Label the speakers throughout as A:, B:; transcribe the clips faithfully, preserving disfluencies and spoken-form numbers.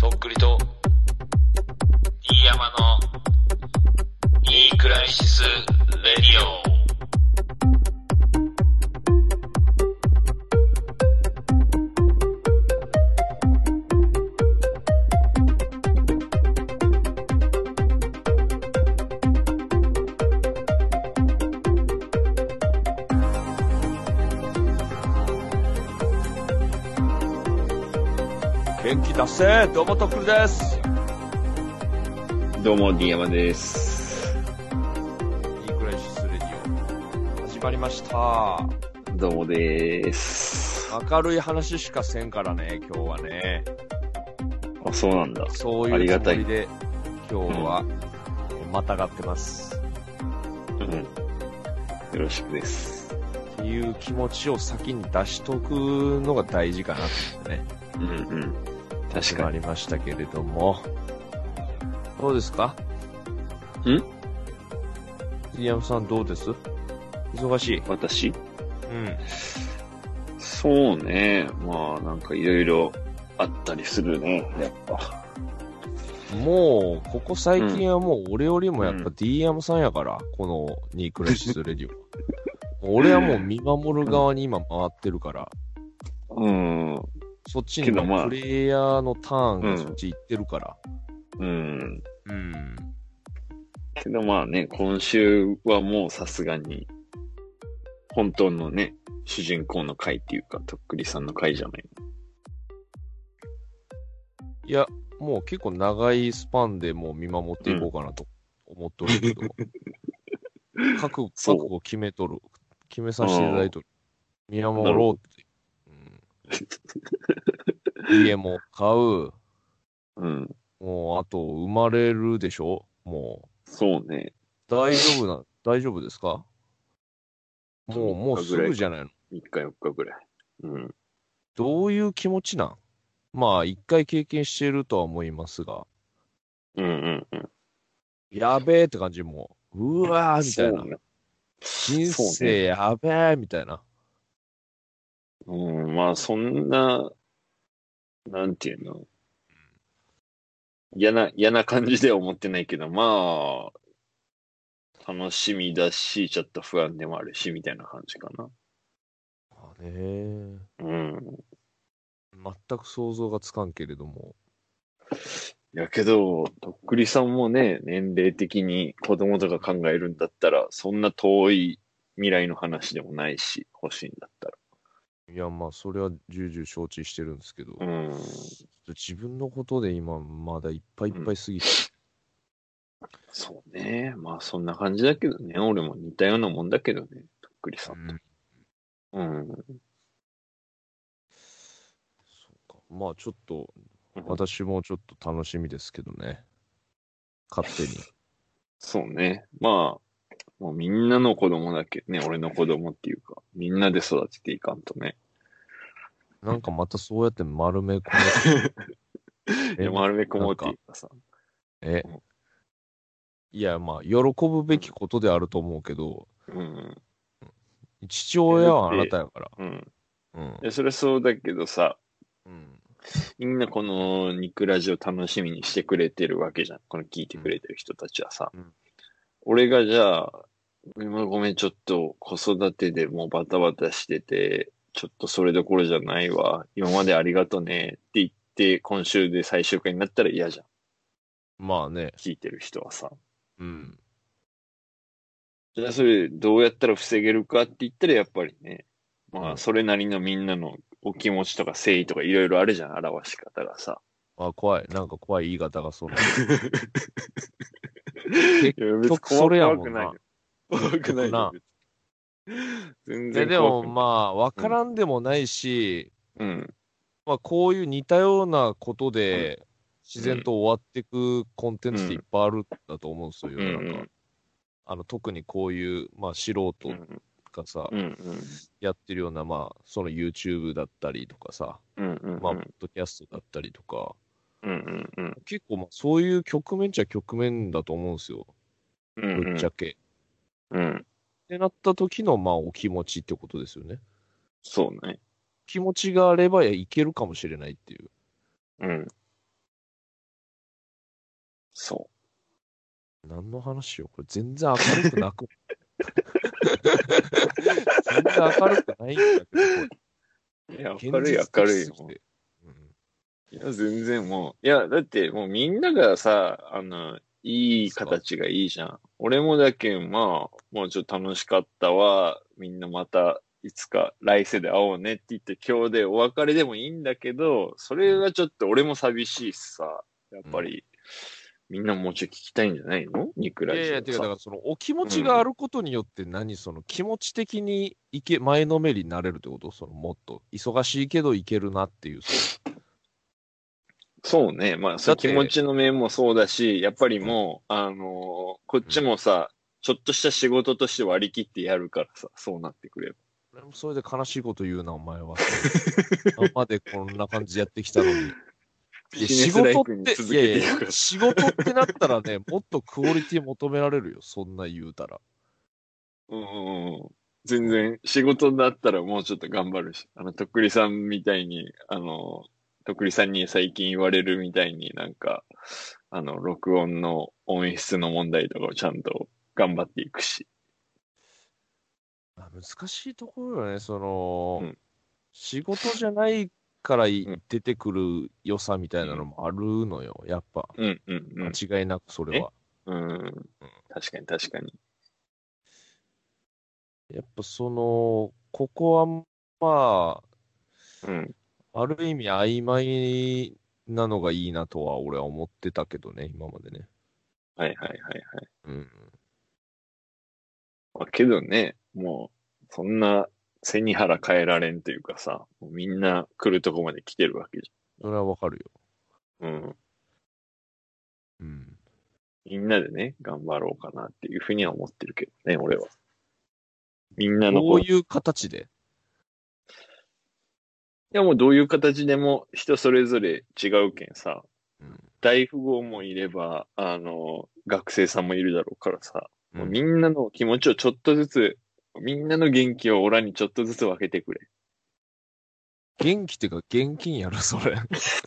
A: とっくりと、飯山の、いいクライシス・レディオ。
B: 元気出せ。どうもとっくりです。
C: どうも D 山です。
B: いいクライシス・レディオ始まりました。
C: どうもでーす。
B: 明るい話しかせんからね、今日はね。
C: あ、そうなんだ。
B: そういうつもりで今日はまたがってます。
C: うん。よろしくです。
B: っていう気持ちを先に出しとくのが大事かなってね。
C: うんうん。確かに。
B: ありましたけれども。どうですか？
C: ん？
B: D 山さんどうです？忙しい？
C: 私？
B: うん。
C: そうね。まあなんかいろいろあったりするね、やっぱ。
B: もう、ここ最近はもう俺よりもやっぱ D 山さんやから、うん、このニークライシスレディオ。俺はもう見守る側に今回ってるから。
C: うん。
B: そっちにもプレイヤーのターンがそっち行ってるから。
C: うん。
B: うん。
C: けどまあね、今週はもうさすがに、本当のね、主人公の回っていうか、とっくりさんの回じゃないの。
B: いや、もう結構長いスパンでもう見守っていこうかなと思っとるけど。うん、覚悟、覚悟決めとる。決めさせていただいとる。見守ろうって。家も買う。
C: うん。
B: もう、あと、生まれるでしょも
C: う。そうね。
B: 大丈夫な、大丈夫ですか？もう、もうすぐじゃないの？
C: みっかよっかぐらい。うん。
B: どういう気持ちなん？まあ、一回経験してるとは思いますが。
C: うんうんうん。
B: やべえって感じもう、うわーみたいな。
C: ね、
B: 人生やべえみたいな。
C: うん、まあ、そんな、なんていうの、嫌な、嫌な感じでは思ってないけど、まあ、楽しみだし、ちょっと不安でもあるし、みたいな感じかな。
B: あねえ。
C: うん。
B: 全く想像がつかんけれども。
C: やけど、とっくりさんもね、年齢的に子供とか考えるんだったら、そんな遠い未来の話でもないし、欲しいんだったら。
B: いや、まあ、それは重々承知してるんですけど、
C: うん、
B: 自分のことで今、まだいっぱいいっぱいすぎて、
C: うん。そうね。まあ、そんな感じだけどね。俺も似たようなもんだけどね。とっくりさんと。うん。うん、
B: そうか。まあ、ちょっと、私もちょっと楽しみですけどね。勝手に。
C: そうね。まあ、もうみんなの子供だけね、俺の子供っていうか、みんなで育てていかんとね。
B: なんかまたそうやって丸め込め
C: いや、丸め込もうっていうかさ。
B: え、うん、いや、まあ、喜ぶべきことであると思うけど、
C: うん。
B: 父親はあなたやから。
C: うん。
B: うん。い
C: や、それはそうだけどさ、
B: うん、
C: みんなこのニクラジを楽しみにしてくれてるわけじゃん。この聞いてくれてる人たちはさ。うん、俺がじゃあ、今ごめん、ちょっと子育てでもうバタバタしてて、ちょっとそれどころじゃないわ。今までありがとねって言って、今週で最終回になったら嫌じゃん。
B: まあね。
C: 聞いてる人はさ。
B: うん。
C: じゃあそれどうやったら防げるかって言ったらやっぱりね、まあそれなりのみんなのお気持ちとか誠意とかいろいろあるじゃん、表し方がさ。
B: あ、怖い。なんか怖い言い方がその。結局それやもんな。
C: 怖くないな。
B: 全然でもまあ、わからんでもないし、
C: うん。
B: まあこういう似たようなことで、自然と終わっていくコンテンツっていっぱいあるんだと思うんですよ、世の中。うんうん、あの、特にこういう、まあ素人がさ、うんうん、やってるような、まあ、その YouTube だったりとかさ、うんうんうん、まあ、ポッドキャストだったりとか、うんうんうん、結構まあそういう局面っちゃ局面だと思うんですよ。うんうん、ぶっちゃけ。うん。ってなった時の、まあ、お気持ちってことですよね。
C: そうね。
B: 気持ちがあればいけるかもしれないっていう。
C: うん。 そ
B: 何の話よこれ全然明るくなく。全然明るくないんだけど、こ
C: う。いや、
B: れ。
C: 明るい
B: 現実
C: 明るいよ。
B: 的すぎて。うん
C: いや、全然もう、いや、だってもうみんながさ、あの、いい形がいいじゃん。俺もだけん、まあ、もうちょっと楽しかったわ。みんなまた、いつか来世で会おうねって言って今日でお別れでもいいんだけど、それがちょっと俺も寂しいしさ、やっぱり、みんなもうちょい聞きたいんじゃないのニク
B: いやいや、
C: ラジオ
B: てか、だか
C: さ。
B: らそのお気持ちがあることによって何、その気持ち的にいけ、前のめりになれるってことそのもっと。忙しいけどいけるなっていう。そ
C: そうね。まあ、そ
B: だって
C: う気持ちの面もそうだし、やっぱり
B: うん
C: もう、あのーこっちもさ、ちょっとした仕事として割り切ってやるからさ、そうなってくれば。
B: 俺もそれで悲しいこと言うな、お前は。今までこんな感じでやってきたのに。いや、
C: ビジネ
B: 仕
C: スライフ
B: 事って、
C: に続
B: いやいや
C: けていくから。
B: 仕事ってなったらね、もっとクオリティ求められるよ、そんな言うたら。
C: うんうんうん。全然、仕事だったらもうちょっと頑張るし、あの、とっくりさんみたいに、あの、とっくりさんに最近言われるみたいになんか、あの、録音の音質の問題とかをちゃんと頑張っていくし。
B: あ難しいところよね、その、
C: うん
B: 仕事じゃないからい
C: うん
B: 出てくる良さみたいなのもあるのよ、やっぱ。
C: うんうんうん。
B: 間違いなくそれは。
C: うん。確かに確かに。
B: やっぱその、ここはま
C: うん。
B: あ、ある意味曖昧なのがいいなとは俺は思ってたけどね、今までね。
C: はいはいはいはい。
B: うん。
C: まあ、けどね、もう、そんな背に腹変えられんというかさ、もうみんな来るとこまで来てるわけじ
B: それはわかるよ。
C: ゃん。うん。
B: うん。
C: みんなでね、頑張ろうかなっていうふうには思ってるけどね、俺は。みんなのこう、い
B: どういう形で
C: やもうどういう形でも人それぞれ違うけんさ、
B: うん。
C: 大富豪もいれば、あの、学生さんもいるだろうからさ、
B: うん
C: もうみんなの気持ちをちょっとずつ、みんなの元気をオラにちょっとずつ分けてくれ。
B: 元気ってか現金やろ、それ。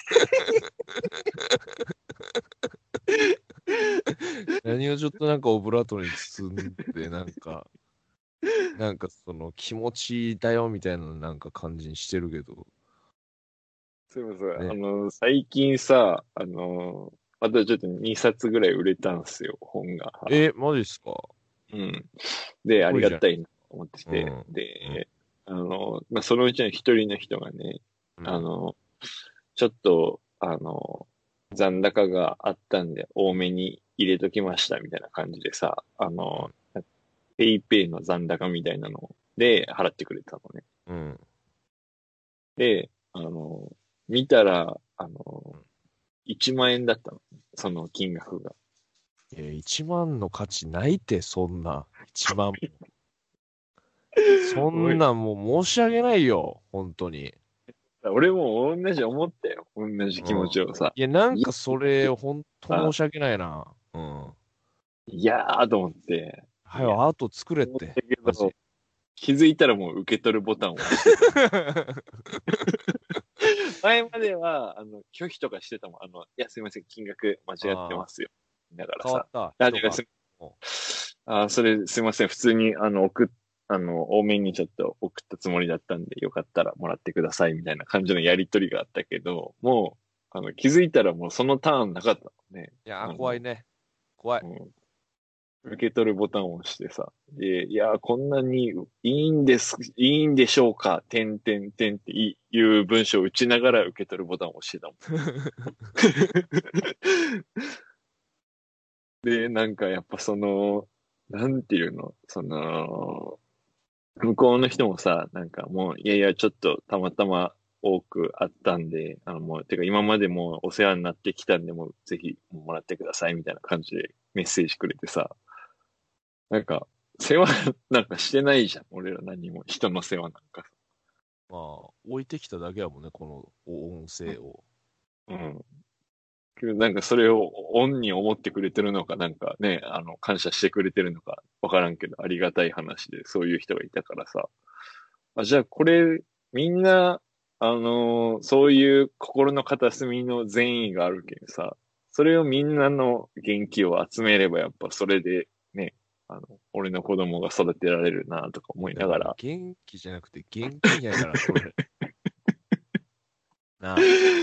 B: 何をちょっとなんかオブラートに包んで、なんか、なんかその気持ちだよみたいななんか感じにしてるけど。
C: すいません。
B: ね
C: あの、最近さ、あの、またちょっとにさつぐらい売れたんすよ、本が。
B: え、マジっすか
C: うん。で、あり
B: すごいじゃん
C: がたいなと思ってて、
B: うん
C: で、あの、まあ、そのうちの一人の人がね、
B: うん
C: あの、ちょっと、あの、残高があったんで多めに入れときましたみたいな感じでさ、あの、ペイペイの残高みたいなので払ってくれたのね。
B: うん。
C: で、あの、見たら、あの、いちまん円だったの。その金額が。
B: いや、いちまんの価値ないって、そんな。いちまんも。そんなんもう申し訳ないよ、本当に。
C: 俺も同じ思ったよ。同じ気持ちをさ。
B: いや、なんかそれ、本当
C: あ
B: 申し訳ないな。うん。
C: いやーと思って。
B: はいよ、アート作れって
C: 思ったけ。
B: マジ
C: ど、気づいたらもう受け取るボタンを押してた。前までは、あの、拒否とかしてたもん。あの、いや、すいません、金額間違ってますよ。だから
B: 変わ
C: さ。
B: った。
C: あ、
B: 人が
C: すあ、それすいません。普通に、あの、送っ、あの、多めにちょっと送ったつもりだったんで、よかったらもらってください、みたいな感じのやりとりがあったけど、もう、あの、気づいたらもうそのターンなかったもんね。
B: いやー、
C: あの
B: 怖いね。怖い。
C: うん受け取るボタンを押してさ、で、いや、こんなにいいんです、いいんでしょうか、てんてんてんっていう文章を打ちながら受け取るボタンを押してたもん。で、なんかやっぱその、なんていうの、その、向こうの人もさ、なんかもう、いやいや、ちょっとたまたま多くあったんで、あのもう、てか今までもうお世話になってきたんで、もうぜひもらってくださいみたいな感じでメッセージくれてさ、なんか、世話なんかしてないじゃん。俺ら何も。人の世話なんか。
B: まあ、置いてきただけやもんね、この音声を。
C: うん。けどなんかそれをオンに思ってくれてるのか、なんかね、あの、感謝してくれてるのか、わからんけど、ありがたい話で、そういう人がいたからさ。あ、じゃあこれ、みんな、あのーそういう心の片隅の善意があるけんさ、 それをみんなの元気を集めれば、やっぱそれでね、あの、俺の子供が育てられるなとか思いながら。
B: 元気じゃなくて現金やから、それ。なあ。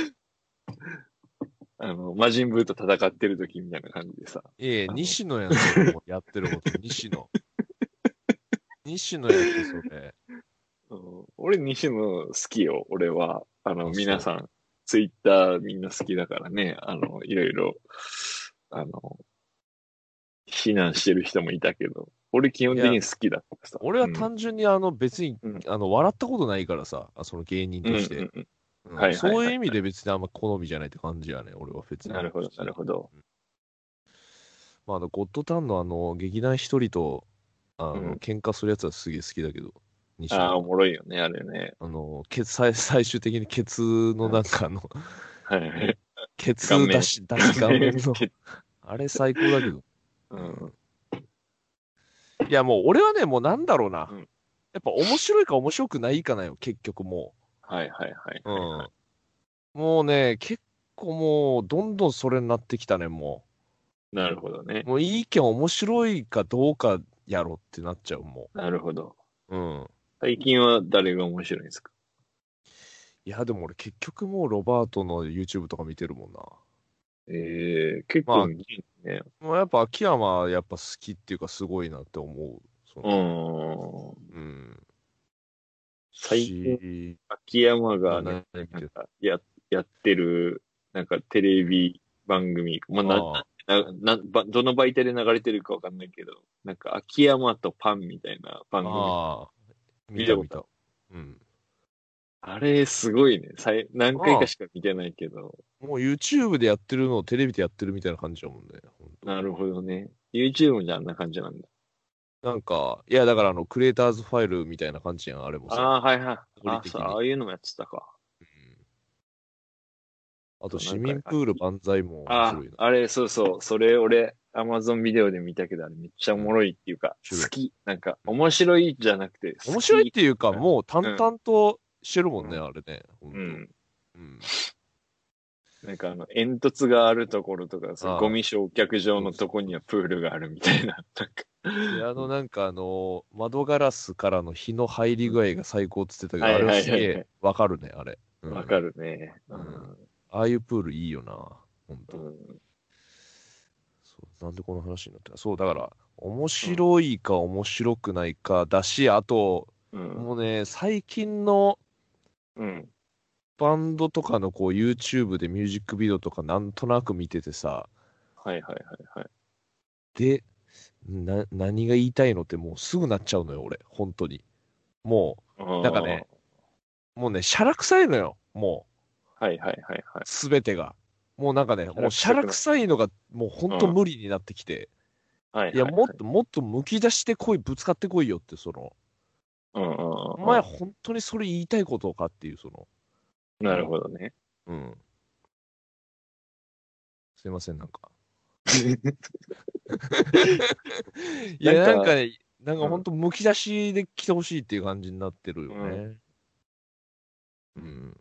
C: あの、魔人ブーと戦ってる時みたいな感じでさ。
B: ええ、西野やん、それもやってること、西野。西野やって、それ。
C: うん、俺、西野好きよ、俺は。あの、
B: あ
C: 皆さん、ツイッターみんな好きだからね、あの、いろいろ、あの、非難してる人もいたけど、俺基本的に好きだからさ。
B: 俺は単純にあの、別に、
C: うん、
B: あの、笑ったことないからさ、その芸人として。
C: うんうんうん
B: うん
C: はいはいはい
B: そういう意味で別にあんま好みじゃないって感じやね、俺は別に。
C: なるほど、なるほど。
B: まあ、あの、ゴッドタンのあの、劇団一人と、あの、
C: うん
B: 喧嘩するやつはすげえ好きだけど、西野
C: ああ、
B: が
C: おもろいよね、あれね。
B: あの、ケツ最、最終的にケツのなんかあの、
C: はいはい。
B: ケツ
C: 顔面
B: 出し、出し顔面の、
C: け
B: あれ最高だけど。
C: うん。
B: いや、もう俺はね、もうなんだろうな。
C: うん
B: やっぱ面白いか面白くないかなよ、結局も
C: はいはいはい。
B: う。うん。もうね、結構もう、どんどんそれになってきたね、も
C: なるほどね
B: う。。もういい意見面白いかどうかやろってなっちゃう、も
C: なるほど。
B: う。うん。
C: 最近は誰が面白いんですか？
B: いや、でも俺結局もうロバートの YouTube とか見てるもんな。
C: ええ結
B: まあ
C: 構いいね。
B: もうやっぱ秋山やっぱ好きっていうかすごいなって思う。そ
C: う
B: の
C: ん。
B: うん。
C: 最近、
B: し、
C: 秋山がね、
B: 何見てる
C: なんかや、やってる、なんかテレビ番組、まあ、な、な、な、ばどの媒体で流れてるかわかんないけど、なんか秋山とパンみたいな番組。
B: ああ、見
C: 見たこと
B: た見た。うん。
C: あれ、すごいね。さい何回かしか見てないけど。
B: もう YouTube でやってるのをテレビでやってるみたいな感じだもんね。ほんと
C: なるほどね。YouTube もじゃああんな感じなんだ。
B: なんか、いやだからあの、クリエイターズファイルみたいな感じやん、あれもさ。
C: ああ、はいはい。あそう、
B: 合理的に
C: ああいうのもやってたか。
B: うんあと、
C: そうなんか
B: 市民プール万歳も面
C: あ
B: 白いな。
C: あ、あれ、そうそう。それ、俺、アマゾンビデオで見たけど、あれめっちゃおもろいっていうか、
B: うん
C: 好き。なんか、面白いじゃなくて、好き。
B: 面白いっていうか、
C: うん
B: もう淡々としてるもんね、
C: うん
B: あれね。ほんと
C: うん。
B: うん。
C: なんかあの、煙突があるところとか、その
B: ああ
C: ゴミ焼却場のとこにはプールがあるみたいな。なんか、
B: で、あの、なんかあの、窓ガラスからの日の入り具合が最高って言ってたけど、
C: はい
B: あれ
C: はいはいはい
B: はすげえわかるね、あれ。うん
C: わかるね。う
B: うん
C: ん。
B: ああいうプールいいよな、ほんと。
C: うん。
B: そうなんでこの話になったのそう、だから、面白いか面白くないかだし、あと、
C: うん。
B: もうね、最近の
C: うん。
B: バンドとかのこう YouTube でミュージックビデオとかなんとなく見ててさ、
C: はいはいはいはい。
B: で、な、何が言いたいのってもうすぐなっちゃうのよ、俺。本当に。も
C: あ
B: う、なんかね、もうね、シャラ臭いのよ。も
C: あ。はいはいはいはい。
B: う、すべてが。もうなんかね、もうシャラ
C: シャラ臭くな
B: 臭いのがもう本当無理になってきて、いや、
C: はいはいはい。
B: もっともっと剥き出してこい、ぶつかってこいよって、その、
C: うんうんうん
B: お前本当にそれ言いたいことかっていう、その、
C: なるほどね。
B: うん。すいません、なんか。いや、なんかね、なんか本当剥き出しで来てほしいっていう感じになってるよね。うん。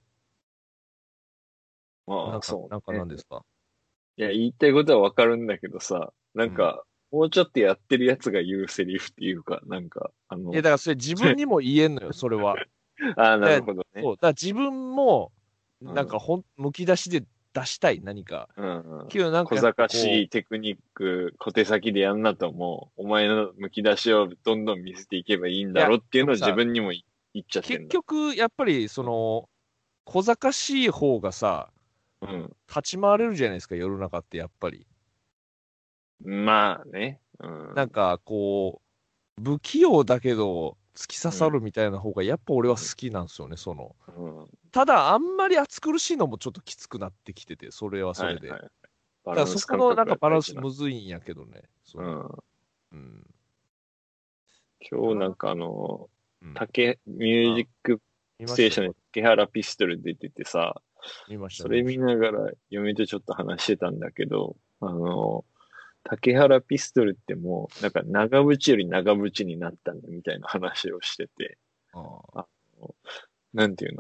C: まあ、
B: なんか、
C: そう、ね。
B: なんか何ですか
C: いや、言いたいことはわかるんだけどさ、なんか、もうちょっとやってるやつが言うセリフっていうか、なんか、あの
B: いや、、だからそれ自分にも言えんのよ、それは。
C: ああ、なるほどね。
B: そう。だから自分も、
C: うん
B: なんかほん、剥き出しで出したい、何か。
C: うんうん。
B: けどなんか
C: 小
B: やっぱこう、
C: 賢しいテクニック、小手先でやんなとも、お前の剥き出しをどんどん見せていけばいいんだろっていうのを
B: いや
C: 自分にも言っちゃってん
B: 結
C: だ。
B: 局、やっぱり、その、小賢しい方がさ、
C: うん。
B: 立ち回れるじゃないですか、世の中ってやっぱり。
C: まあね。うん。
B: なんか、こう、不器用だけど、突き刺さるみたいな方が、やっぱ俺は好きなんですよね、その。
C: うん。
B: ただ、あんまり暑苦しいのもちょっときつくなってきてて、それはそれで。
C: はいはい。
B: だからそこのなんかバランス
C: む
B: むずいんやけどね。そ
C: うん。
B: のうん。
C: 今日なんかあの、
B: うん
C: 竹、ミュージック
B: 見
C: ステーションに竹原ピストル出ててさ、
B: 見ました
C: それ見ながら嫁とちょっと話してたんだけど、あの、竹原ピストルってもう、なんか長渕より長渕になったんだみたいな話をしてて、
B: あ
C: あのなんていうの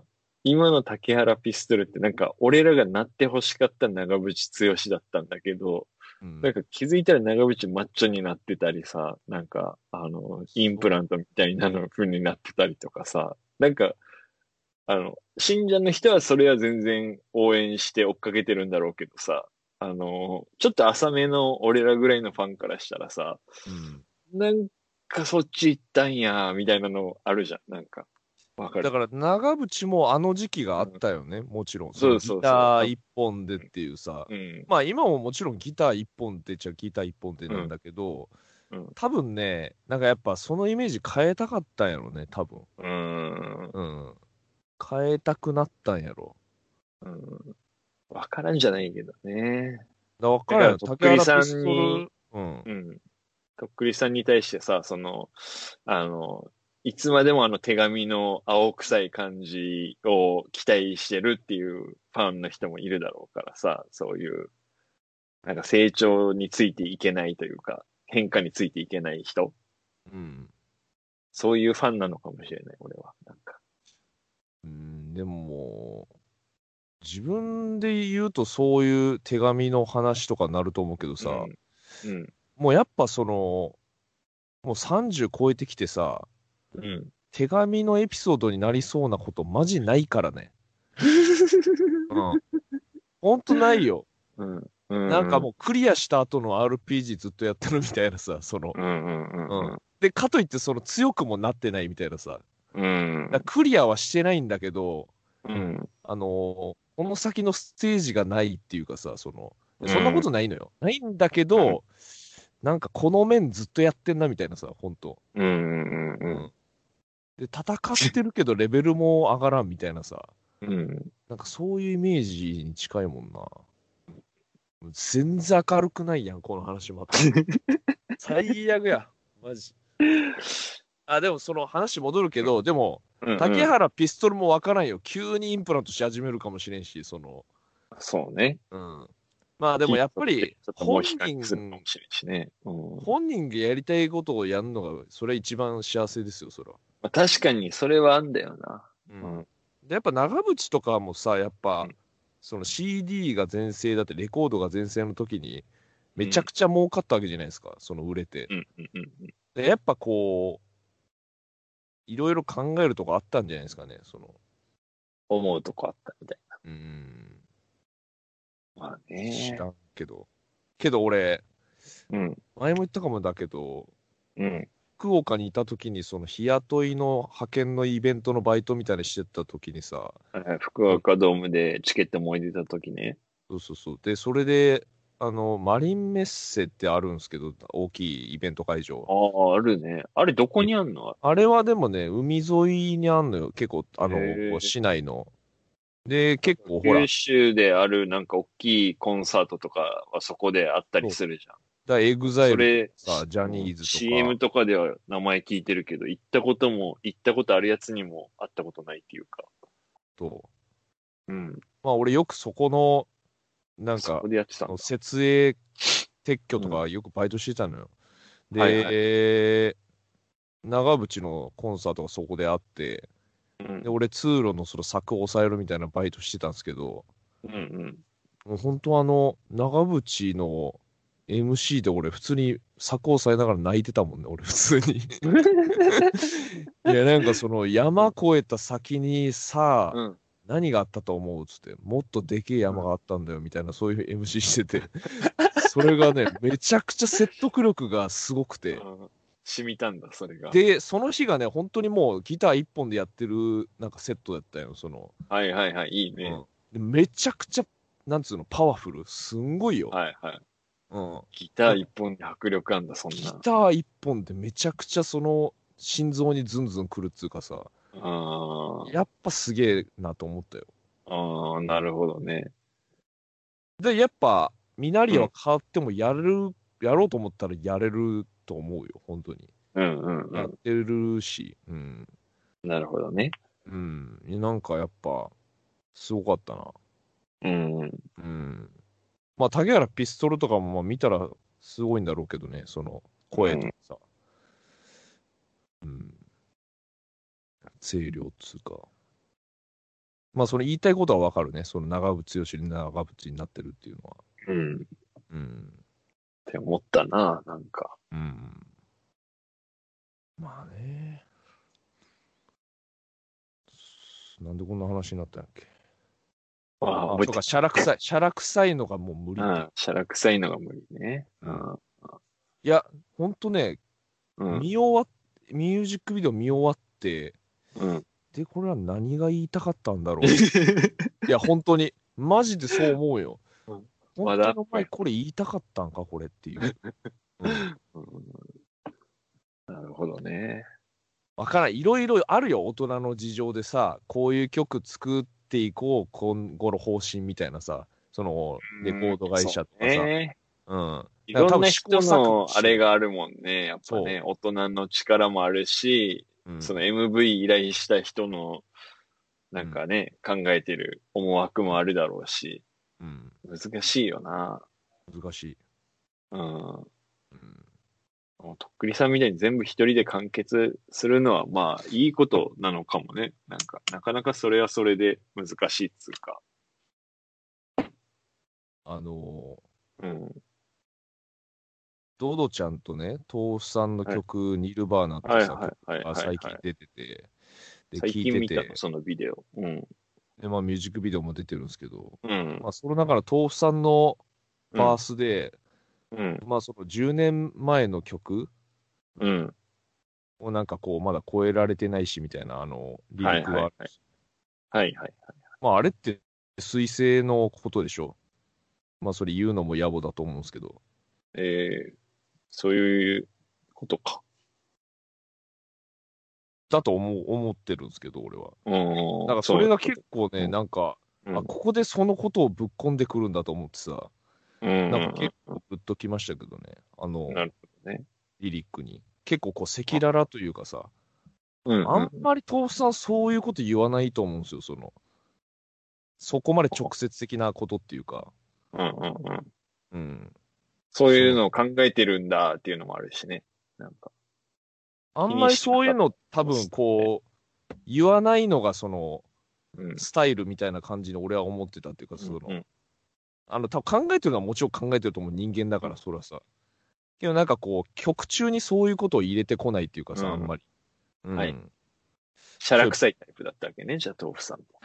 C: 今の竹原ピストルってなんか、俺らがなって欲しかった長渕剛だったんだけど、
B: うん、
C: なんか気づいたら長渕マッチョになってたりさ、なんか、あの、インプラントみたいなの風になってたりとかさ、なんか、あの、信者の人はそれは全然応援して追っかけてるんだろうけどさ、あの、ちょっと浅めの俺らぐらいのファンからしたらさ、
B: うん。
C: なんかそっち行ったんや、みたいなのあるじゃん、なんか。わかる。
B: だから長渕もあの時期があったよね、もちろん。そ
C: そう
B: のギ
C: そうそう。あ
B: ター一本でっていうさ。
C: うん、
B: まあ今ももちろんギター一本って言っちゃギター一本って
C: うん、
B: なんだけど、
C: うん、
B: 多分ね、なんかやっぱそのイメージ変えたかったんやろね、多分。
C: うん、
B: うん。変えたくなったんやろ。
C: うん。わからんじゃないけどね。
B: だから分
C: だから、
B: からんよ。
C: とっくりさ
B: 竹原ピス
C: んに、
B: トル、うん。
C: うん、とっくりさんに対してさ、その、あの、いつまでもあの手紙の青臭い感じを期待してるっていうファンの人もいるだろうからさ、そういう、なんか成長についていけないというか、変化についていけない人、
B: うん。
C: そういうファンなのかもしれない、俺は。なんか。
B: うん、でももう、自分で言うとそういう手紙の話とかなると思うけどさ、
C: うん。うん。
B: もうやっぱその、もうさんじゅう超えてきてさ、
C: うん。
B: 手紙のエピソードになりそうなことマジないからね。うん。ほんとないよ。
C: うん。
B: なんか
C: うん。
B: もうクリアした後の アールピージー ずっとやってるみたいなさ、その、
C: うん。
B: うん。
C: うん。
B: で、かといってその強くもなってないみたいなさ。
C: うん。
B: だからクリアはしてないんだけど、
C: うん。
B: あのーこの先のステージがないっていうかさ、その、
C: うん。
B: そんなことないのよ。ないんだけど、なんかこの面ずっとやってんなみたいなさ、ほんと。
C: うん。うん。
B: うん。で、戦ってるけどレベルも上がらんみたいなさ、
C: うん。
B: なんかそういうイメージに近いもんな。全然明るくないやん、この話また。最悪や。マジ。あ、でもその話戻るけど、でも、
C: うん。うん。
B: 竹原ピストルもわからんよ。急にインプラントし始めるかもしれんし、その、
C: そうね。
B: うん。まあでも
C: 聞い
B: やっぱり、
C: とってちょっともう
B: 本
C: 比較するかも
B: 人、
C: しれんしね。うん。
B: 本人がやりたいことをやるのが、それは一番幸せですよ、それは。
C: まあ、確かにそれはあんだよな。
B: うん。
C: うん。
B: で、やっぱ長渕とかもさ、やっぱ、
C: うん。
B: その シーディー が全盛だって、レコードが全盛の時に、めちゃ
C: うん。
B: くちゃ儲かったわけじゃないですか、その売れて。
C: うん。うん。うん。
B: で、やっぱこう、いろいろ考えるとこあったんじゃないですかね、その。
C: 思うとこあったみたい
B: うん。
C: な。まあ
B: 知ら
C: ね。
B: んけど。けど俺、
C: うん。
B: 前も言ったかもだけど、
C: うん。
B: 福岡にいた時に、その日雇いの派遣のイベントのバイトみたいにしてた時にさ、
C: はいはい、福
B: あ
C: 岡ドームでチケットも入れた時ね。
B: そうそうそう。で、それで、あの、マリンメッセってあるんですけど、大きいイベント会場。
C: ああ、あるね。あれどこ
B: え
C: にあんの？
B: あれはでもね、海沿いにあんのよ。結構、あの、こう
C: へえ。
B: 市内の。で、
C: なんか
B: 結構ほら、
C: 九州であるなんか大きいコンサートとかはそこであったり
B: そう。
C: するじゃん。
B: だエグザイルとか
C: それ、
B: さ、ジャ
C: うん、
B: ニーズと
C: シーエム
B: か、
C: とかでは名前聞いてるけど、行ったことも、行ったことあるやつにも会ったことないっていうか。
B: と、
C: うん。
B: まあ俺よくそこの、なんか、
C: そこでやってたんだ。
B: 設営撤去と
C: うん。
B: かよくバイトしてたのよ。
C: はいはい。
B: で、長渕のコンサートがそこであって、で、
C: うん。
B: 俺通路のその柵を押さえるみたいなバイトしてたんですけど、
C: うんうん。
B: もう本当あの、長渕の エムシー で俺普通に柵を押さえながら泣いてたもんね、俺普通に。いや、なんかその山越えた先にさ、
C: うん。
B: 何があったと思うっつって、もっとでけえ山があったんだよみたいな、そういう エムシー してて、それがね、めちゃくちゃ説得力がすごくて、
C: うん。染みたんだ、それが。
B: で、その日がね、本当にもうギター一本でやってるなんかセットだったよ、その、
C: はいはいはい、いいね。
B: うん。で、めちゃくちゃ、なんつうの、パワフル。すんごいよ。
C: はいはい。
B: うん。
C: ギター一本に迫力あんだ、そんな。
B: ギター一本でめちゃくちゃその、心臓にズンズンくるっつうかさ、
C: あ
B: やっぱすげえなと思ったよ。
C: あ、ああ、なるほどね。
B: で、やっぱ、ミナリ
C: うん、
B: は変わってもやれる、やろうと思ったらやれると思うよ、本当に。
C: うんうんうん。
B: やってるし、うん。
C: なるほどね。
B: うん。なんかやっぱ、すごかったな。
C: うん、
B: うん。まあ、竹原ピストルとかもまあ見たらすごいんだろうけどね、その声とかさ。うん。声量っつうか。 まあ、その言いたいことはわかるね。その長渕剛に長渕になってるっていうのは。
C: うん。っ
B: うん。
C: て思ったな、なんか。
B: うん。まあね。なんでこんな話になったんやっけ。
C: ああ、
B: あ、そうか、
C: 覚えて
B: シャラ臭い。シャラ臭いのがもう無理
C: た。
B: っていう。
C: うん。シャラ臭いのが無理ね。
B: う
C: うんん。
B: いや、ほんとね、
C: うん。
B: 見終わっ、ミュージックビデオ見終わって、
C: うん。
B: で、これは何が言いたかったんだろうって。いや、本当に。マジでそう思うよ。
C: うん
B: 本当にお前これ言いたかったんか、これっていう。うん。
C: うん、なるほどね。
B: わからん。いろいろあるよ、大人の事情でさ、こういう曲作っていこう、今後の方針みたいなさ、その、レコード会社とかさ。
C: ね。
B: うん。
C: い
B: だから多分
C: ろんな人
B: 試行錯誤
C: のあれがあるもんね。やっぱね、
B: そ
C: 大人の力もあるし、
B: う。うん。
C: その エムブイ 依頼した人の、なんかね、考えてる思惑もあるだろうし、
B: うん。
C: 難しいよな。
B: 難しい。
C: うん。
B: うん。
C: もうとっくりさんみたいに全部一人で完結するのは、まあ、いいことなのかもね。なんか、なかなかそれはそれで難しいっつうか。
B: あのー、
C: うん。
B: ドドちゃんとね、豆腐さんの
C: はい
B: 曲、ニルバーナってさ、
C: はいはい
B: 曲
C: はいはい、
B: が最
C: はい。
B: 近出てて、で、
C: 最
B: 聴い
C: 近見たの、
B: てて、
C: そのビデオ。うん。
B: で、まあ、ミュージックビデオも出てるんですけど、
C: うん。
B: まあ、その中の豆腐さんの
C: うん。
B: バースで、
C: うん。
B: まあ、そのじゅうねんまえの曲
C: うん。
B: をなんかこう、まだ超えられてないし、みたいな、あの、リ
C: は
B: リッ
C: いはいはい。
B: クがあるんです。
C: はいはい。
B: まあ、あれって、彗星のことでしょ。まあ、それ言うのも野暮だと思うんですけど、
C: えー、そういうことか。
B: だと思う、思ってるんですけど、俺は。だ
C: うん。
B: からそれが
C: そういうこと。
B: 結構ね、
C: うん。
B: なんか、あ、
C: うん。
B: ここでそのことをぶっ込んでくるんだと思ってさ、
C: うん。
B: なんか結
C: うん。
B: 構ぶっときましたけどね、あの、
C: なるほどね。
B: リリックに。結構こう、赤
C: あ、
B: 裸々というかさ、
C: うん
B: あん
C: うん。
B: まり豆腐さんそういうこと言わないと思うんですよ、その、そこまで直接的なことっていうか、
C: うんうんうん。
B: うん。その、
C: そういうのを考えてるんだっていうのもあるしね。なんか、気
B: あんまり
C: にしてなかっ
B: そういうの多
C: たです
B: 分
C: ね。
B: こう、言わないのがその、
C: うん。
B: スタイルみたいな感じに俺は思ってたっていうか、その、
C: うんうん。
B: あの、多分考えてるのはもちろん考えてると思う人間だから、それはさ。けどなんかこう、曲中にそういうことを入れてこないっていうかさ、あん
C: うん。
B: まり。う
C: はい。
B: ん。
C: シャラ
B: そういう、
C: 臭いタイプだったわけね、じゃあ、豆腐さんも。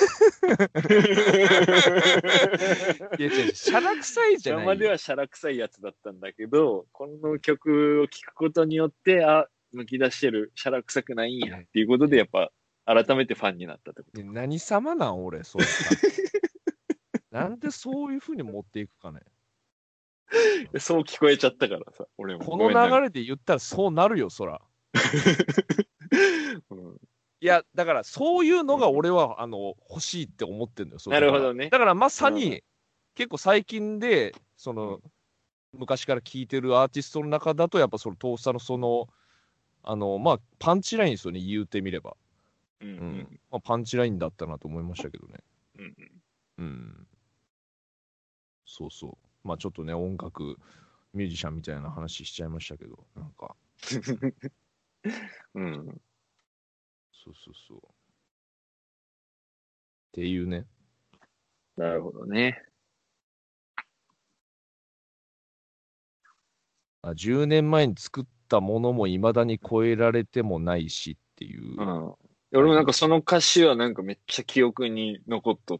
B: いや違う違う、シャラ臭いじゃ
C: 今
B: ないよ。
C: まではシャラ臭いやつだったんだけど、この曲を聴くことによって、あ、むき出してる、シャラ臭くないんやっ
B: いやい
C: ていうことで、
B: や
C: やっぱ、改めてファンになったってことか。
B: で何様なん、俺、それさ。なんでそういうふうに持っていくかね。
C: そう聞こえちゃったからさ、俺も。
B: この
C: ごめんなんか。
B: 流れで言ったらそうなるよ、そら。
C: うん、
B: いや、だからそういうのが俺は、あの、欲しいって思ってんだよ、そう
C: な
B: だから。
C: るほどね。
B: だからまさ
C: うん、
B: に、結構最近で、その、昔から聴いてるアーティストの中だと、やっぱその、トースターのその、あの、まあ、パンチラインですよね、言うてみれば。
C: うん、う
B: うん。
C: ん、
B: まあ、パンチラインだったなと思いましたけどね。
C: うん。
B: うん。そうそう。まあ、ちょっとね、音楽、ミュージシャンみたいな話しちゃいましたけど、なんか、
C: うん。
B: そうそうそう。っていうね。
C: なるほどね。
B: あ、じゅうねんまえに作ったものも未だに超えられてもないしっていう
C: うん。俺もなんか
B: 感じなんですよ。
C: その歌詞はなんかめっちゃ記憶に残っとって、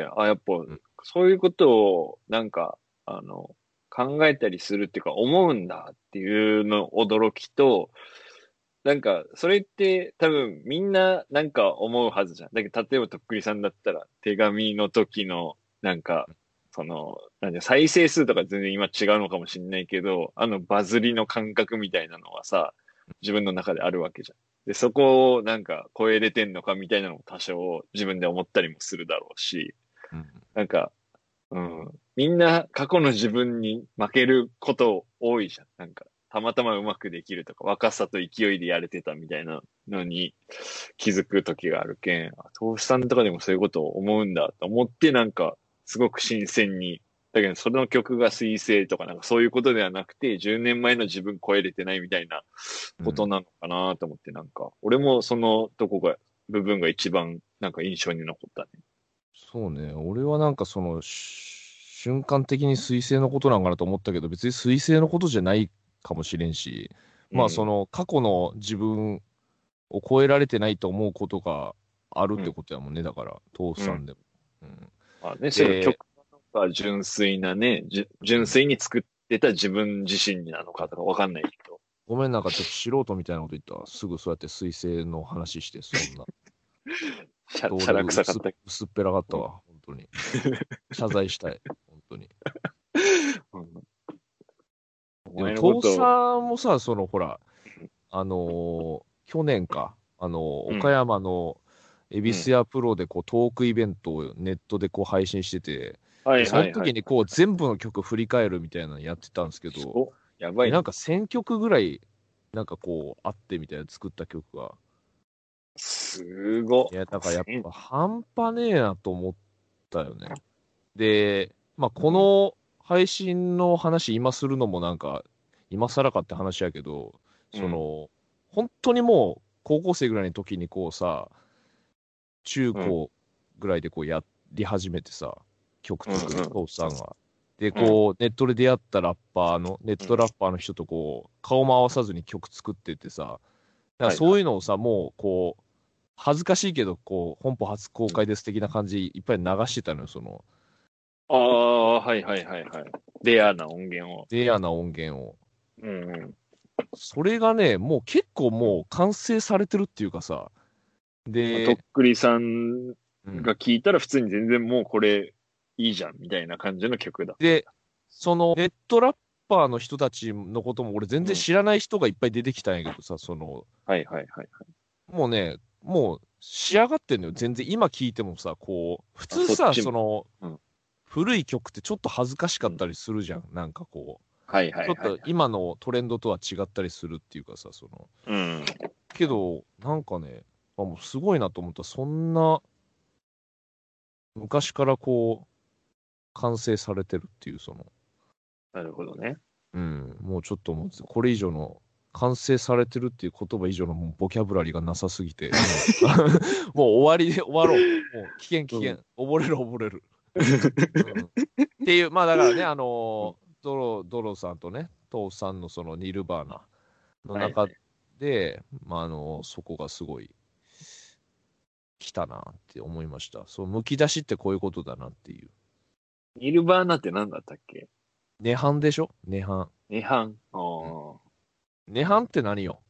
C: あ、やっぱ
B: うん。
C: そういうことをなんか、あの、考えたりするっていうか思うんだっていうの驚きと、なんか、それって多分みんななんか思うはずじゃん。だけど、例えばとっくりさんだったら手紙の時のなんか、その、なんで再生数とか全然今違うのかもしれないけど、あのバズりの感覚みたいなのはさ、自分の中であるわけじゃん。で、そこをなんか超えれてんのかみたいなのも多少自分で思ったりもするだろうし、
B: うん。
C: なんか、うん。みんな過去の自分に負けること多いじゃん。なんか、たまたまうまくできるとか、若さと勢いでやれてたみたいなのに気づく時があるけん、あ、豆腐さんとかでもそういうことを思うんだと思って、なんか、すごく新鮮に。だけど、その曲が彗星とか、なんかそういうことではなくて、じゅうねんまえの自分超えれてないみたいな
B: うん。
C: ことなのかなと思って、なんか、俺もそのとこが部分が一番なんか印象に残ったね。
B: そうね。俺はなんかその、瞬間的に彗星のことなんかなと思ったけど、別に彗星のことじゃないかもしれんし、うん、まあその過去の自分を超えられてないと思うことがあるってことやもんね、うん、だから、父さんでも。うん。うん、
C: あね、それ曲が純粋なね、純粋に作ってた自分自身なのかとかわかんないけど。
B: ごめん、なんかちょっと素人みたいなこと言ったわ。すぐそうやって彗星の話して、そんな。
C: しゃ、しゃらくさかった。
B: 薄っぺらかったわ、本当に。謝罪したい、本当に。でも、父さんもさ、その、ほら、あのー、去年か、あのー、岡山の恵比寿屋プロでこうトークイベントをネットでこう配信してて、その時にこう全部の曲振り返るみたいなのやってたんですけど、
C: やばい、ね、
B: なんかせんきょくぐらい、なんかこう、あってみたいな作った曲が。
C: すごっ。
B: いや、だからやっぱ半端ねえなと思ったよね。で、まあ、この配信の話今するのもなんか、今更かって話やけど、その、うん、本当にもう、高校生ぐらいの時にこうさ、中高ぐらいでこうやり始めてさ、曲作る、父さんが。で、こう、ネットで出会ったラッパーの、ネットラッパーの人とこう、顔も合わさずに曲作っててさ、だからそういうのをさ、もう、こう、恥ずかしいけど、こう、本邦初公開です的な感じ、いっぱい流してたのよ、その。
C: ああ、はいはいはいはい。レアな音源を。
B: レアな音源を。
C: うんうん。
B: それがね、もう結構もう完成されてるっていうかさ。で、
C: とっくりさんが聞いたら普通に全然もうこれいいじゃんみたいな感じの曲だ。
B: で、そのネットラッパーの人たちのことも俺全然知らない人がいっぱい出てきたんやけどさ、その。
C: はいはいはいはい。
B: もうね、もう仕上がってんのよ。全然今聞いてもさ、こう、普通さ、そ, その、うん、古い曲ってちょっと恥ずかしかったりするじゃん。うん、なんかこう。
C: はいはいはい、
B: ちょっと今のトレンドとは違ったりするっていうかさ、その。
C: うん。
B: けど、なんかね、あ、もうすごいなと思った。そんな、昔からこう、完成されてるっていう、その。
C: なるほどね。
B: うん。もうちょっともう、これ以上の、完成されてるっていう言葉以上のもうボキャブラリーがなさすぎて、もう終わりで終わろう。もう危険危険。うん、溺れる溺れる、うん。っていう、まあだからね、あのー、ドロ、ドロさんとね、トーさんのそのニルバーナの中で、はいはい、まああのー、そこがすごい、来たなって思いました。そう、むき出しってこういうことだなっていう。
C: ニルバーナって何だったっけ？
B: 涅槃でしょ？涅槃。
C: 涅槃。ああ、
B: うん。涅槃って何よ？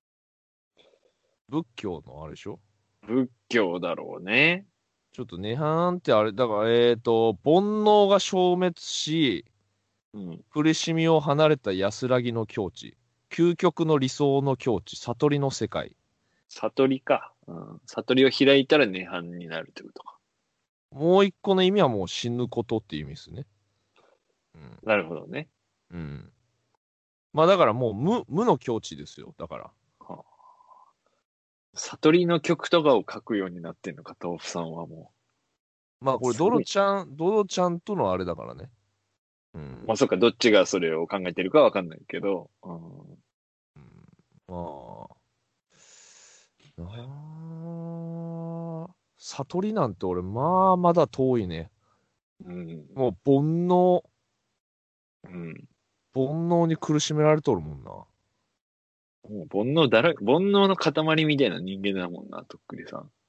B: 仏教のあれでしょ？
C: 仏教だろうね。
B: ちょっと涅槃ってあれ、だから、えっと、煩悩が消滅し、うん、苦しみを離れた安らぎの境地。究極の理想の境地。悟りの世界。
C: 悟りか。うん、悟りを開いたら涅槃になるってことか。
B: もう一個の意味はもう死ぬことっていう意味ですね。
C: うん、なるほどね。
B: うん。まあだからもう無、無の境地ですよ。だから。はあ、
C: 悟りの曲とかを書くようになってんのか、豆腐さんはも
B: う。まあこれ、ドロちゃん、ドロちゃんとのあれだからね。
C: うん。まあそっか、どっちがそれを考えてるかわかんないけど。うん。うん、
B: まあ。ああ。悟りなんて俺、まあまだ遠いね。うん。もう煩悩。うん。煩悩に苦しめられとるもんな。
C: もう煩悩だら、煩悩の塊みたいな人間だもんな、とっくりさん。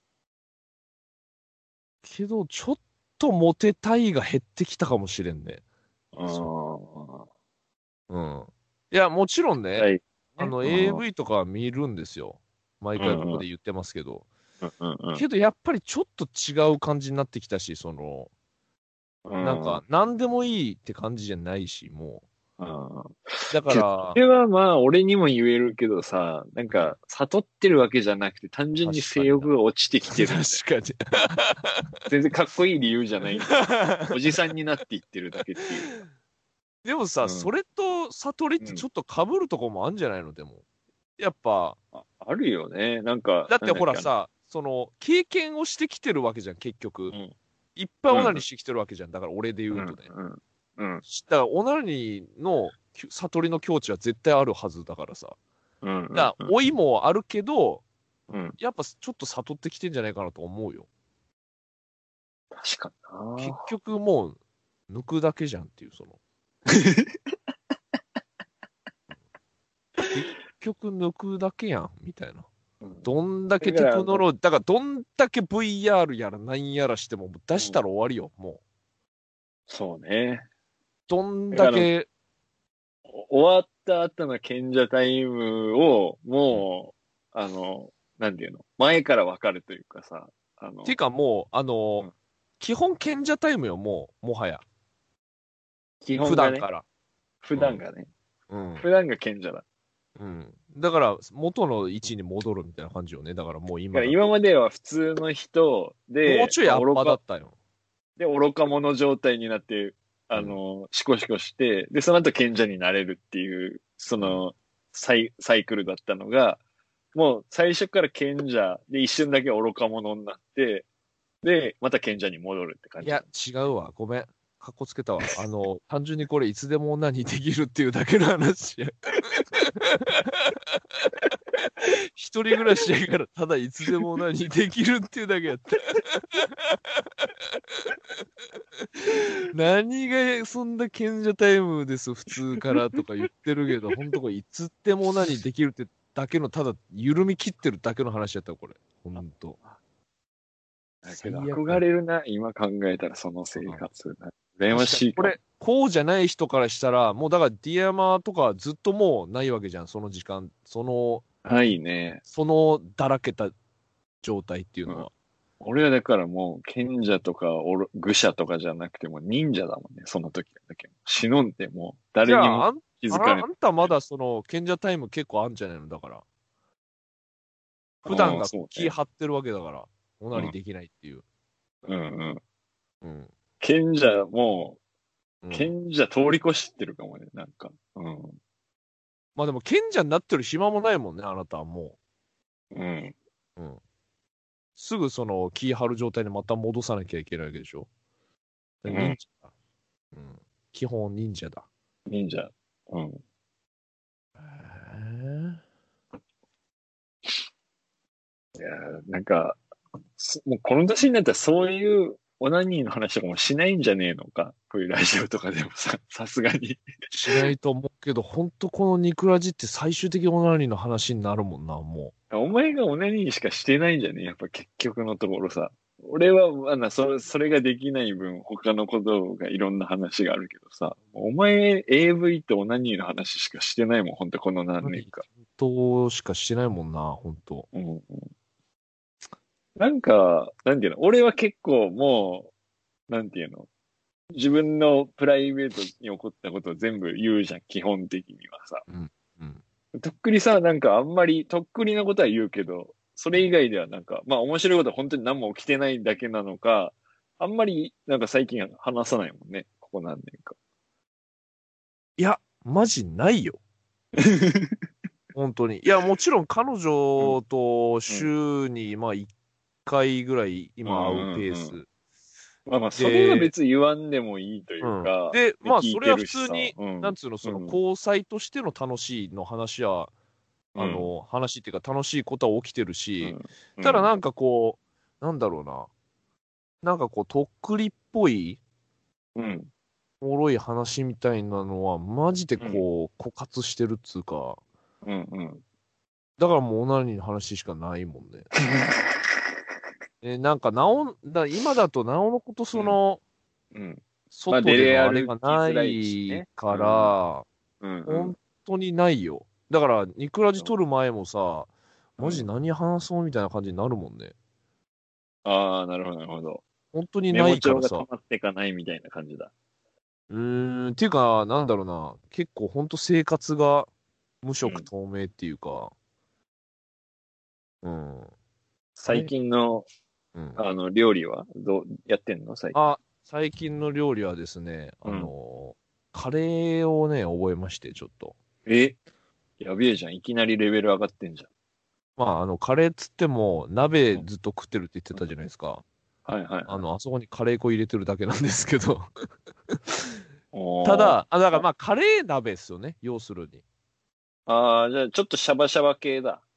B: けど、ちょっとモテたいが減ってきたかもしれんね。ああ。うん。いや、もちろんね、はい、あの、エーブイ とかは見るんですよ。毎回ここで言ってますけど。うんうんうん、けど、やっぱりちょっと違う感じになってきたし、その、うん、なんか、何でもいいって感じじゃないし、もう。うん、だから。
C: それはまあ、俺にも言えるけどさ、なんか、悟ってるわけじゃなくて、単純に性欲が落ちてきてる。
B: 確かに。
C: 全然かっこいい理由じゃない。おじさんになっていってるだけっていう。
B: でもさ、うん、それと悟りってちょっと被るとこもあるんじゃないの？でも。やっぱ
C: あ。あるよね。なんか。
B: だってほらさ、その、経験をしてきてるわけじゃん、結局。うん、いっぱいオナニーしてきてるわけじゃん。だから俺で言うとね。うん。うんうん、だからオナニーの悟りの境地は絶対あるはずだからさ。うんうんうん、だから老いもあるけど、
C: うん。
B: やっぱちょっと悟ってきてんじゃないかなと思うよ。
C: 確かにな。
B: 結局もう、抜くだけじゃんっていう、その。結局抜くだけやん、みたいな。うん、どんだけテクノロジー、だからどんだけ ブイアール やら何やらしても、出したら終わりよ、うん、もう。
C: そうね。
B: どんだけ。
C: 終わった後の賢者タイムを、もう、うん、あの、なんていうの、前からわかるというかさ、あの。
B: ていうかもう、あの、うん、基本賢者タイムよ、もう、もはや。
C: 基本がね、普段から。普段がね。うん。普段が賢者だ。
B: うん。だから、元の位置に戻るみたいな感じよね。だからもう今。
C: 今までは普通の人で、
B: もうちょいアッパーだったよ。
C: で、愚か者状態になって、あの、うん、シコシコして、で、その後賢者になれるっていう、その、サイ、サイクルだったのが、もう最初から賢者で一瞬だけ愚か者になって、で、また賢者に戻るって感じ。
B: いや、違うわ。ごめん。かっこつけたわ。あの、単純にこれいつでも女にできるっていうだけの話や。一人暮らしやから、ただいつでも女にできるっていうだけやった。何がそんな賢者タイムです普通からとか言ってるけど、ほんとこれいつでも女にできるってだけの、ただ緩み切ってるだけの話やったこれ。ほんと。
C: だけど憧れるな、今考えたらその生活。羨ましいか。
B: これ、こうじゃない人からしたら、もうだからディアマとかずっともうないわけじゃん、その時間。その、
C: はいね。
B: そのだらけた状態っていうのは。うん、
C: 俺はだからもう、賢者とか愚者とかじゃなくても忍者だもんね、その時だけ。忍んでもう誰にも気づかれない。
B: あんたまだその賢者タイム結構あんじゃないのだから。普段が気張ってるわけだから。オナニできないっていう。
C: うんうん。うん。賢者も、賢者通り越してるかもね、なんか。うん。
B: まあでも賢者になってる暇もないもんね、あなたはも
C: う。うん。
B: うん。すぐその気張る状態にまた戻さなきゃいけないわけでしょ。忍者だ。うん。基本忍者だ。
C: 忍者。うん。へ
B: え。
C: いやなんか、もうこの年になったらそういうオナニーの話とかもしないんじゃねえのか。こういうラジオとかでもさ、さすがに。
B: しないと思うけど、ほんとこのニクラジって最終的にオナニーの話になるもんな、も
C: う。お前がオナニーしかしてないんじゃねえやっぱ結局のところさ。俺は、あの、それ、それができない分、他のことがいろんな話があるけどさ。お前、エーブイ とオナニーの話しかしてないもん、ほんとこの何年か。
B: 本当しかしてないもんな、ほんと。
C: うんうん。なんか、なんていうの、俺は結構もう、なんていうの、自分のプライベートに起こったことを全部言うじゃん、基本的にはさ。
B: うんうん、
C: とっくりさ、なんかあんまり、とっくりのことは言うけど、それ以外ではなんか、まあ面白いことは本当に何も起きてないだけなのか、あんまりなんか最近話さないもんね、ここ何年か。
B: いや、マジないよ。本当に。いや、もちろん彼女と週に、まあいっかいぐらい今会うペース。うんうんうん、
C: まあまあ、それは別に言わんでもいいというか。
B: うん、で、まあ、それは普通に、うん、なんつうの、その、交際としての楽しいの話は、うん、あの、話っていうか、楽しいことは起きてるし、うん、ただなんかこう、なんだろうな、なんかこう、とっくりっぽい、
C: うん、
B: おもろい話みたいなのは、マジでこう、枯渇してるっつうか、
C: うんうん、
B: だからもう、オナニーの話しかないもんね。え、なんか、なお、だ今だと、なおのことその、
C: うん。うん、
B: 外でのあれがないから、
C: うんうん、
B: 本当にないよ。だから、ニクラジ撮る前もさ、マジ何話そうみたいな感じになるもんね。
C: ああ、なるほど、なるほど。
B: 本当にないからさ。
C: メモ帳が溜まっていかないみたいな感じだ。
B: うーん、っていうか、なんだろうな。結構本当生活が無色透明っていうか、うん。うん、
C: 最近の、うん、あの、料理はどうやってんの最近。
B: あ、最近の料理はですね、あの、うん、カレーをね、覚えまして、ちょっと。
C: えやべえじゃん。いきなりレベル上がってんじゃん。
B: まあ、あの、カレーっつっても、鍋ずっと食ってるって言ってたじゃないですか。
C: うん、はいはい、はい。
B: あの、あそこにカレー粉入れてるだけなんですけど。ただ、あ、だからまあ、カレー鍋ですよね、要するに。
C: ああ、じゃあちょっとシャバシャバ系だ。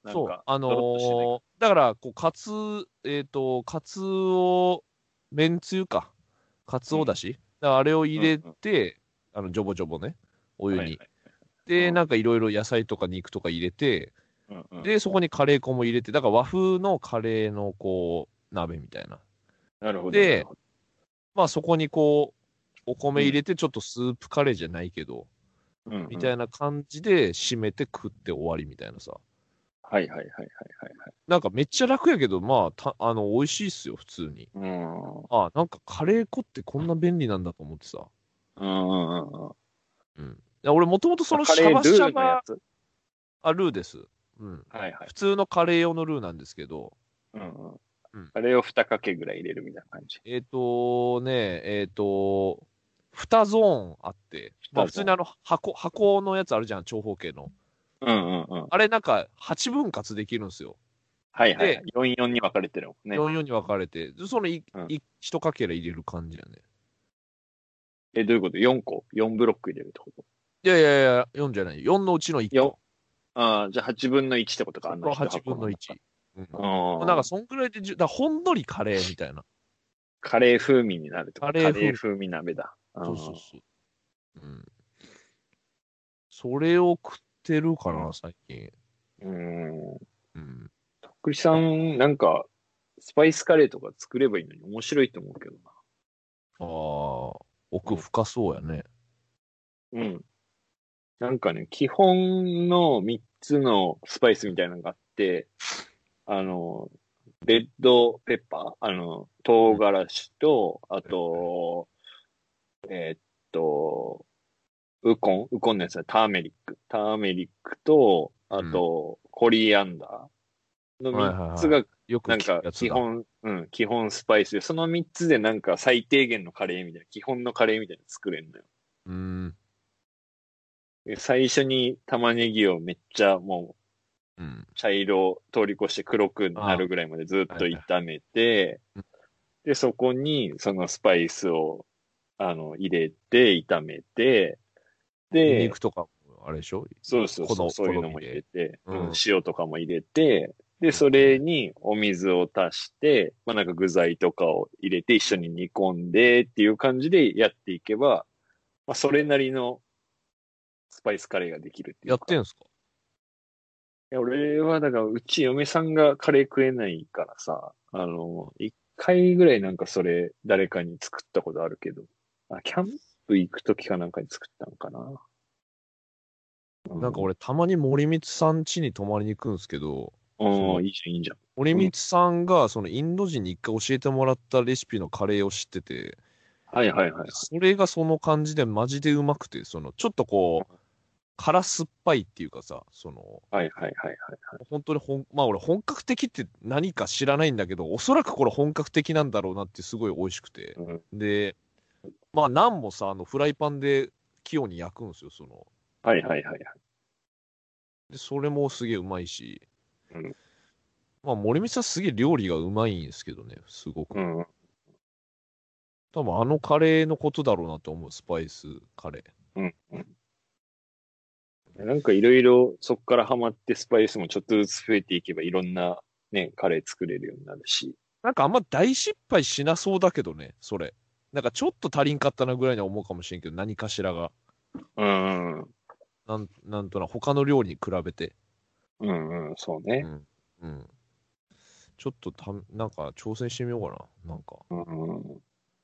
C: なん
B: そう、あの
C: かドロッとしてない
B: ーだから、こう、かつ、えっと、かつお、めんつゆか。かつおだし、だからあれを入れて、あの、ジョボジョボね、お湯に。
C: はいはい
B: で、
C: うん
B: なんかいろいろ野菜とか肉とか入れて、
C: うんうん。
B: で、そこにカレー粉も入れて、だから和風のカレーの、こう、鍋みたいな。
C: なるほど、なる
B: で、
C: ほど。
B: まあそこにこう、お米入
C: うん
B: れて、ちょっとスープカレーじゃないけど、
C: うんうん。
B: みたいな感じで締めて食って終わりみたいなさ。
C: はいはいはいはいはいはい。
B: なんかめっちゃ楽やけど、まあ、たあの、美味しいっすよ、普通に。
C: うん
B: あ、なんかカレー粉ってこんな便利なんだと思ってさ。
C: うんうんうん。
B: うん。いや俺もともとそのシャバ
C: カレール
B: シャバ、
C: ーのやつ
B: あ、ルーです。うん。
C: はいはい。
B: 普通のカレー用のルーなんですけど、
C: うんうん。
B: うん。
C: あれを二かけぐらい入れるみたいな感じ。
B: えっ、とね、えっ、と、二ゾーンあって、まあ普通にあの箱、箱のやつあるじゃん、長方形の。
C: うんうんうん。
B: あれなんかはちぶん割できるんですよ。
C: はいはいはい
B: で。
C: よんよんに分かれてるもんね。
B: よんよんに分かれて、でそのい、
C: うん
B: い一かけら入れる感じやね。
C: え、どういうこと ?よん 個 ?よんブロック入れるってこと
B: いやいやいや、よんじゃない。よんのうちのいっこ。
C: よああ、じゃあはちぶんのいちってことか、あの一
B: はちぶ
C: 箱の
B: んのいち。うん。
C: うん。
B: なんかそんくらいでじゅ、だからほんのりカレーみたいな。
C: カレー風味になるとか。
B: カレー風味
C: 風味鍋だ。
B: そうそうそう。うん。それを食ってるかな、最近。
C: うん。うん。
B: うん。
C: とっくりさん、なんか、スパイスカレーとか作ればいいのに面白いと思うけどな。
B: ああ、奥深そうやね。
C: うん。なんかね、基本のみっつのスパイスみたいなのがあって、あの、レッドペッパーあの、唐辛子と、あと、えーっと、ウコンウコンのやつはターメリック。ターメリックと、あと、コリアンダーのみっつが、
B: よく
C: なんか
B: 聞くやつだ。
C: 基本、うん、基本スパイスで、そのみっつでなんか最低限のカレーみたいな、基本のカレーみたいなの作れるのよ。
B: うーん。
C: で最初に玉ねぎをめっちゃもう
B: うん。
C: 茶色を通り越して黒くなるぐらいまでずっと炒めて
B: はいは、
C: で、そこにそのスパイスを、あの、入れて炒めて、で、
B: 肉とかも、あれでしょ
C: そうそうそう、
B: この
C: そういうのも入れて、
B: うん
C: うん、塩とかも入れて、で、それにお水を足して、まあなんか具材とかを入れて一緒に煮込んでっていう感じでやっていけば、まあそれなりのスパイスカレーができるっていうか。
B: やってんすか？
C: いや俺はだからうち嫁さんがカレー食えないからさ、あの、一回ぐらいなんかそれ誰かに作ったことあるけど、あ、キャンプ行くときかなんかに作ったのかな。
B: なんか俺、たまに森光さん家に泊まりに行くんですけど、
C: うん、いいじゃん、いいじゃん。
B: 森光さんが、そのインド人に一回教えてもらったレシピのカレーを知ってて、
C: はいはいはい。
B: それがその感じでマジでうまくて、その、ちょっとこう、辛酸っぱいっていうかさ、その、
C: はいはいはいはい。
B: 本当にほん、まあ俺本格的って何か知らないんだけど、おそらくこれ本格的なんだろうなってすごい美味しくて。
C: うん、
B: で、まあナンもさ、あのフライパンで器用に焼くんですよ、その。
C: はいはいはいはい。
B: で、それもすげえうまいし。
C: うん。
B: まあ森光さんすげえ料理がうまいんですけどね、すごく。
C: うん。
B: 多分あのカレーのことだろうなと思う、スパイスカレー。
C: うん。うんなんかいろいろそこからハマってスパイスもちょっとずつ増えていけばいろんなね、カレー作れるようになるし。
B: なんかあんま大失敗しなそうだけどね、それ。なんかちょっと足りんかったなぐらいには思うかもしれんけど、何かしらが。
C: うんうん。
B: なんなんとなく他の料理に比べて。
C: うんうん、そう
B: う
C: ね。
B: ん。うん。ちょっとた、なんか挑戦してみようかな。なんか。
C: うんうん。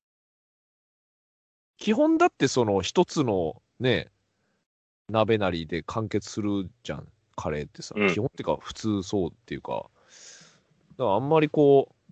B: 基本だってその一つのね、鍋なりで完結するじゃん、カレーってさ。
C: うん
B: 基本っていうか普通そうっていうか。だからあんまりこう、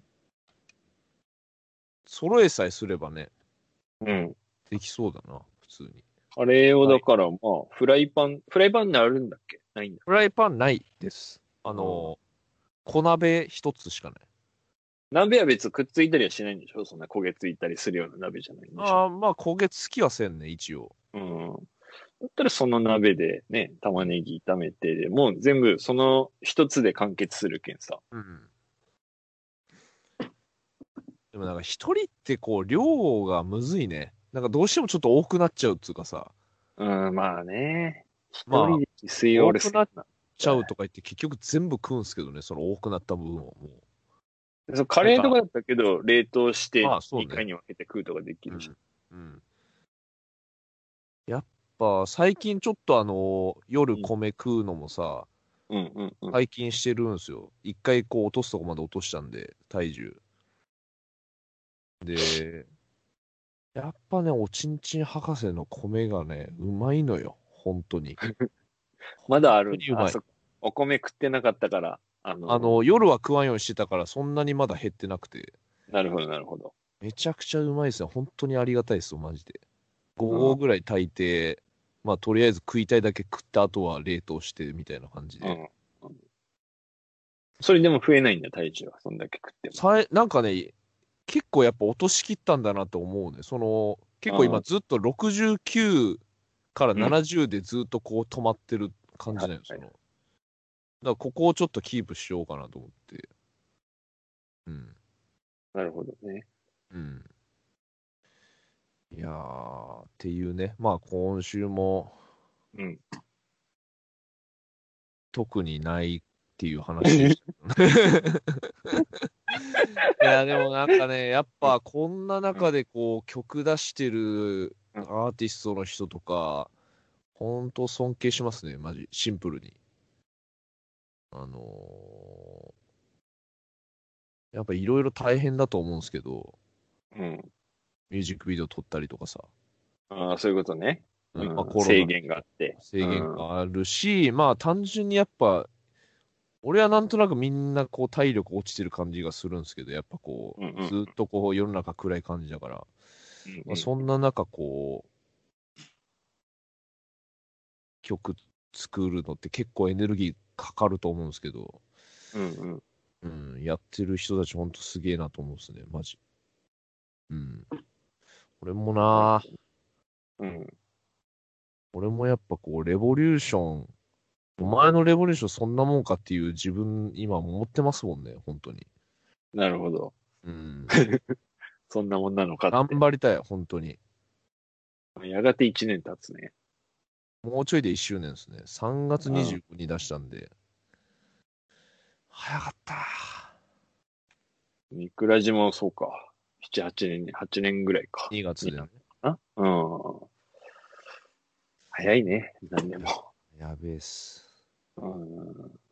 B: 揃えさえすればね、
C: うん。
B: できそうだな、普通に。
C: カレーをだからまあ、フライパン、フライパンになるんだっけないんだ。
B: フライパンないです。あの、小鍋一つしかない。
C: 鍋は別にくっついたりはしないんでしょそんな焦げついたりするような鍋じゃないんでしょ
B: ああ、まあ焦げつきはせんね、一応。
C: うん。だったらその鍋でね、玉ねぎ炒めて、もう全部その一つで完結するけんさ。
B: うん。でもなんか一人ってこう、量がむずいね。なんかどうしてもちょっと多くなっちゃうっつうかさ。
C: うん、まあね。一
B: まあ
C: 人で自炊は俺
B: 多くなっちゃうとか言って、結局全部食うんすけどね、その多くなった部分をもう。
C: そうカレーとかだったけど、冷凍して
B: まあそうね
C: にかいに分けて食うとかできるし。
B: うん。うんやっぱ最近ちょっとあの、夜米食うのもさ、
C: うんうんうん。
B: 解禁してるんですよ。一回こう落とすとこまで落としたんで、体重。で、やっぱね、おちんちん博士の米がね、うまいのよ。本当に。
C: まだあるんだ。あ、
B: 本当にうまい。
C: そっか。お米食ってなかったから、あのー
B: あの、夜は食わんようにしてたから、そんなにまだ減ってなくて。
C: なるほど、なるほど。
B: めちゃくちゃうまいですよ。本当にありがたいですよ、マジで。ご
C: うん
B: 合ぐらい炊いて、まあ、とりあえず食いたいだけ食った後は冷凍してみたいな感じで。
C: うん。それでも増えないんだ、体重は。そんだけ食っても。
B: さえ、なんかね、結構やっぱ落としきったんだなと思うね。その、結構今ずっとろくじゅうきゅうからななじゅうでずっとこう止まってる感じなんよ、その。だからここをちょっとキープしようかなと思って。うん。
C: なるほどね。
B: うん。いやー、っていうね。まあ今週も
C: うん。
B: 特にないっていう話でしたけどね。いや、でもなんかね、やっぱこんな中でこう曲出してるアーティストの人とか、ほんと尊敬しますね、マジ。シンプルに。あのーやっぱいろいろ大変だと思うんですけど、
C: うん。
B: ミュージックビデオ撮ったりとかさ、
C: ああ、そういうことね。う
B: まあ、
C: ん。
B: コロナ
C: 制限があって。
B: 制限があるし、まあ単純にやっぱ、俺はなんとなくみんなこう体力落ちてる感じがするんですけど、やっぱこう、
C: うんうん。
B: ずっとこう世の中暗い感じだから、
C: うん
B: まあ、そんな中こう、曲作るのって結構エネルギーかかると思うんですけど、
C: うんうん。
B: うん、やってる人たちほんとすげえなと思うんですね、マジ。うん。俺もな、
C: うん。
B: 俺もやっぱこう、レボリューション、お前のレボリューションそんなもんかっていう自分、今思ってますもんね、本当に。
C: なるほど。
B: うん。
C: そんなもんなのかっ
B: 頑
C: て。
B: 張りたい、本当に。
C: やがて一年経つね。
B: もうちょいでいっしゅうねんですね。さんがつ
C: ああ
B: にじゅうごに出したんで。早かった。
C: ミクラジもそうか。なな、はちねん、はちねんぐらいか。
B: にがつでね。
C: あうん。早いね。何でも。
B: やべえっす。
C: うん。